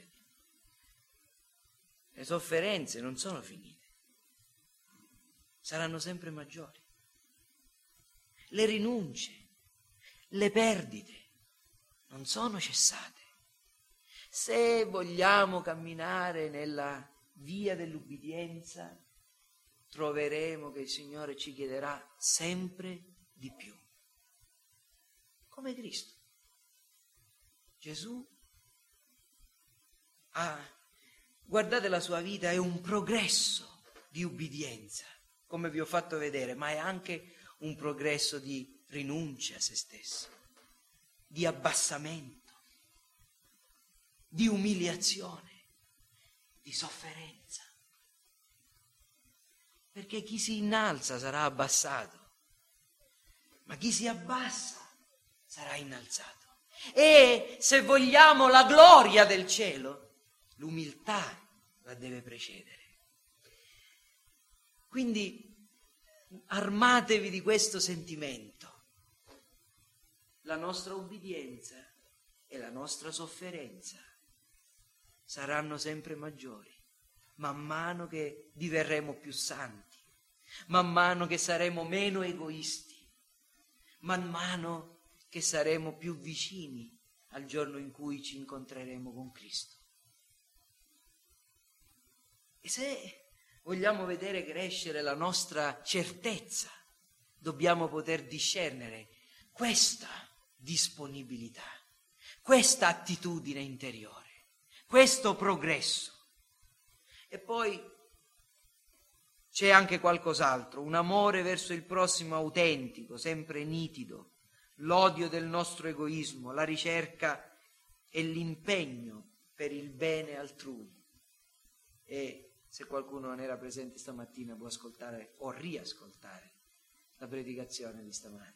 Le sofferenze non sono finite, saranno sempre maggiori. Le rinunce, le perdite non sono cessate. Se vogliamo camminare nella via dell'ubbidienza, troveremo che il Signore ci chiederà sempre di più. Come Cristo. Gesù guardate la sua vita, è un progresso di ubbidienza, come vi ho fatto vedere, ma è anche un progresso di rinuncia a se stesso, di abbassamento, di umiliazione, di sofferenza. Perché chi si innalza sarà abbassato, ma chi si abbassa sarà innalzato. E se vogliamo la gloria del cielo, l'umiltà la deve precedere. Quindi armatevi di questo sentimento. La nostra ubbidienza e la nostra sofferenza saranno sempre maggiori, man mano che diverremo più santi, man mano che saremo meno egoisti, man mano che saremo più vicini al giorno in cui ci incontreremo con Cristo. E se vogliamo vedere crescere la nostra certezza, dobbiamo poter discernere questa disponibilità, questa attitudine interiore, questo progresso. E poi c'è anche qualcos'altro, un amore verso il prossimo autentico, sempre nitido, l'odio del nostro egoismo, la ricerca e l'impegno per il bene altrui. E se qualcuno non era presente stamattina può ascoltare o riascoltare la predicazione di stamani.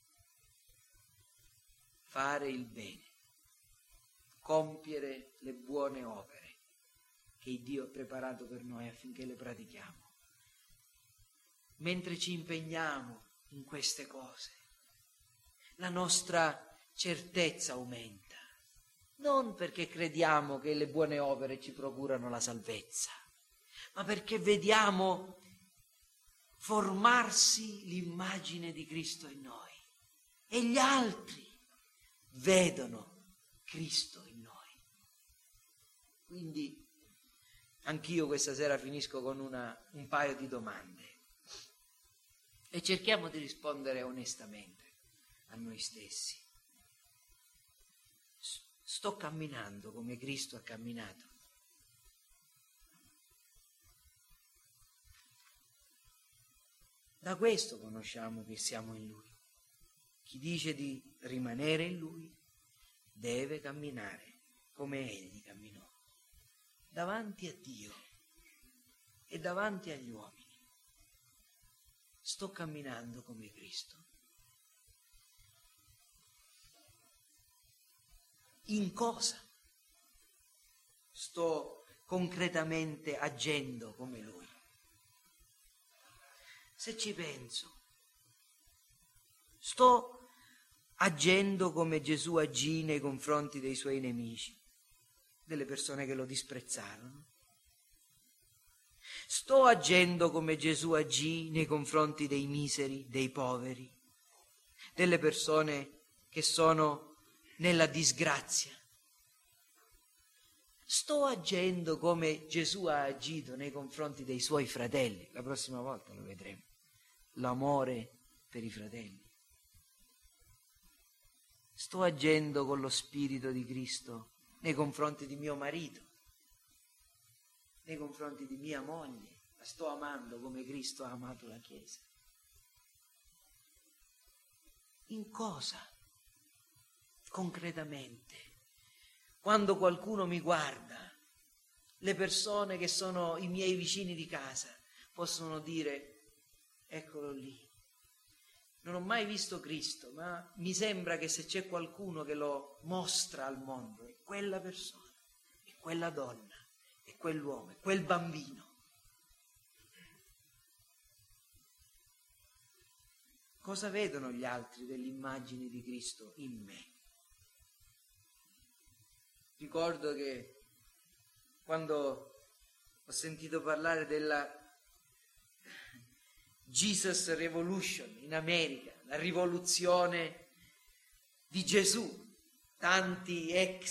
Fare il bene, compiere le buone opere che Dio ha preparato per noi affinché le pratichiamo. Mentre ci impegniamo in queste cose, la nostra certezza aumenta, non perché crediamo che le buone opere ci procurano la salvezza, ma perché vediamo formarsi l'immagine di Cristo in noi e gli altri vedono Cristo in noi. Quindi anch'io questa sera finisco con un paio di domande e cerchiamo di rispondere onestamente a noi stessi. Sto camminando come Cristo ha camminato? Da questo conosciamo che siamo in Lui. Chi dice di rimanere in Lui deve camminare come Egli camminò, davanti a Dio e davanti agli uomini. Sto camminando come Cristo. In cosa sto concretamente agendo come Lui? Se ci penso, sto agendo come Gesù agì nei confronti dei suoi nemici, delle persone che lo disprezzarono. Sto agendo come Gesù agì nei confronti dei miseri, dei poveri, delle persone che sono nella disgrazia. Sto agendo come Gesù ha agito nei confronti dei suoi fratelli. La prossima volta lo vedremo. L'amore per i fratelli. Sto agendo con lo Spirito di Cristo nei confronti di mio marito, nei confronti di mia moglie. La sto amando come Cristo ha amato la Chiesa. In cosa? Concretamente. Quando qualcuno mi guarda, le persone che sono i miei vicini di casa possono dire: eccolo lì. Non ho mai visto Cristo, ma mi sembra che se c'è qualcuno che lo mostra al mondo, è quella persona, è quella donna, è quell'uomo, è quel bambino. Cosa vedono gli altri dell'immagine di Cristo in me? Ricordo che quando ho sentito parlare della Jesus Revolution in America, la rivoluzione di Gesù, tanti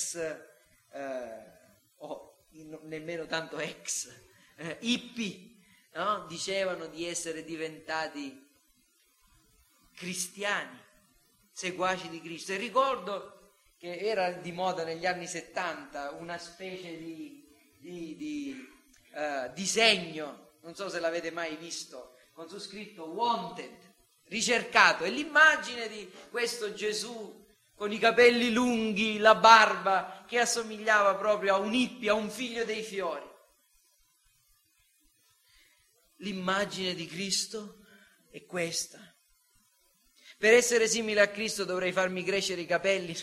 nemmeno tanto hippie, no? Dicevano di essere diventati cristiani, seguaci di Cristo. E ricordo che era di moda negli anni 70 una specie di disegno, non so se l'avete mai visto, con su scritto wanted, ricercato, e l'immagine di questo Gesù con i capelli lunghi, la barba, che assomigliava proprio a un hippie, a un figlio dei fiori. L'immagine di Cristo è questa. Per essere simile a Cristo dovrei farmi crescere i capelli.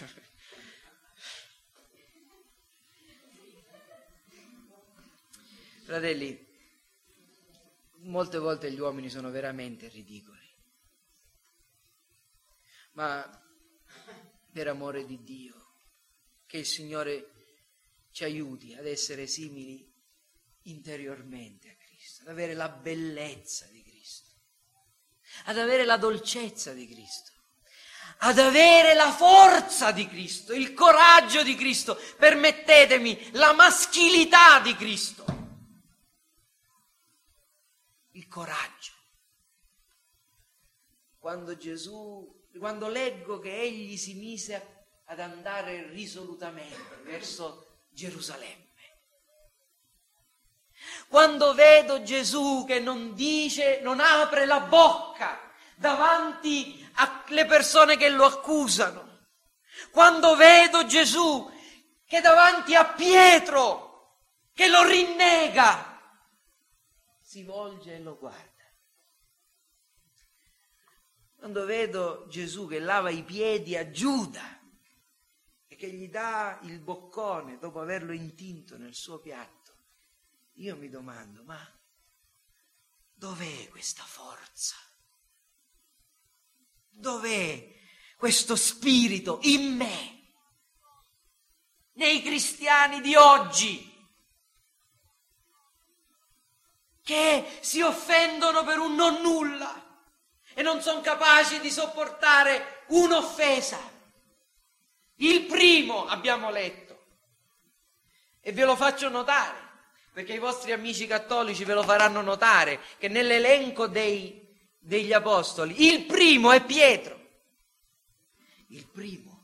Fratelli, molte volte gli uomini sono veramente ridicoli, ma per amore di Dio, che il Signore ci aiuti ad essere simili interiormente a Cristo, ad avere la bellezza di Cristo, ad avere la dolcezza di Cristo, ad avere la forza di Cristo, il coraggio di Cristo, permettetemi, la maschilità di Cristo. Il coraggio. Quando Gesù quando leggo che egli si mise ad andare risolutamente verso Gerusalemme. Quando vedo Gesù che non dice, non apre la bocca davanti alle persone che lo accusano. Quando vedo Gesù che davanti a Pietro che lo rinnega, si volge e lo guarda. Quando vedo Gesù che lava i piedi a Giuda e che gli dà il boccone dopo averlo intinto nel suo piatto, io mi domando, ma dov'è questa forza? Dov'è questo spirito in me, nei cristiani di oggi, che si offendono per un non nulla e non sono capaci di sopportare un'offesa? Il primo abbiamo letto, e ve lo faccio notare, perché i vostri amici cattolici ve lo faranno notare, che nell'elenco degli apostoli il primo è Pietro. Il primo,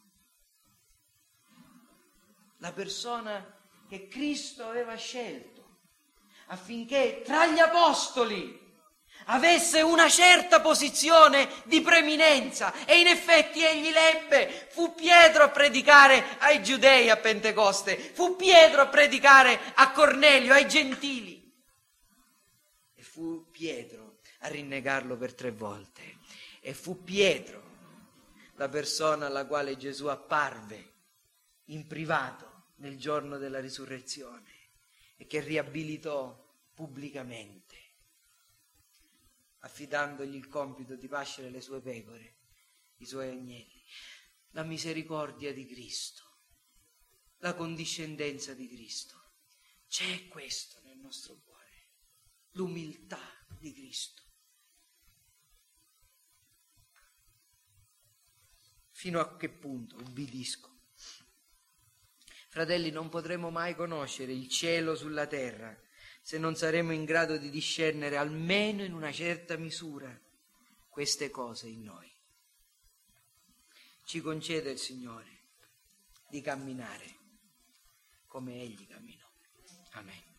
la persona che Cristo aveva scelto affinché tra gli apostoli avesse una certa posizione di preeminenza, e in effetti egli l'ebbe. Fu Pietro a predicare ai giudei a Pentecoste, fu Pietro a predicare a Cornelio, ai gentili, e fu Pietro a rinnegarlo per 3 volte, e fu Pietro la persona alla quale Gesù apparve in privato nel giorno della risurrezione e che riabilitò pubblicamente, affidandogli il compito di pascere le sue pecore, i suoi agnelli. La misericordia di Cristo, la condiscendenza di Cristo. C'è questo nel nostro cuore, l'umiltà di Cristo. Fino a che punto ubbidisco? Fratelli, non potremo mai conoscere il cielo sulla terra se non saremo in grado di discernere almeno in una certa misura queste cose in noi. Ci concede il Signore di camminare come Egli camminò. Amen.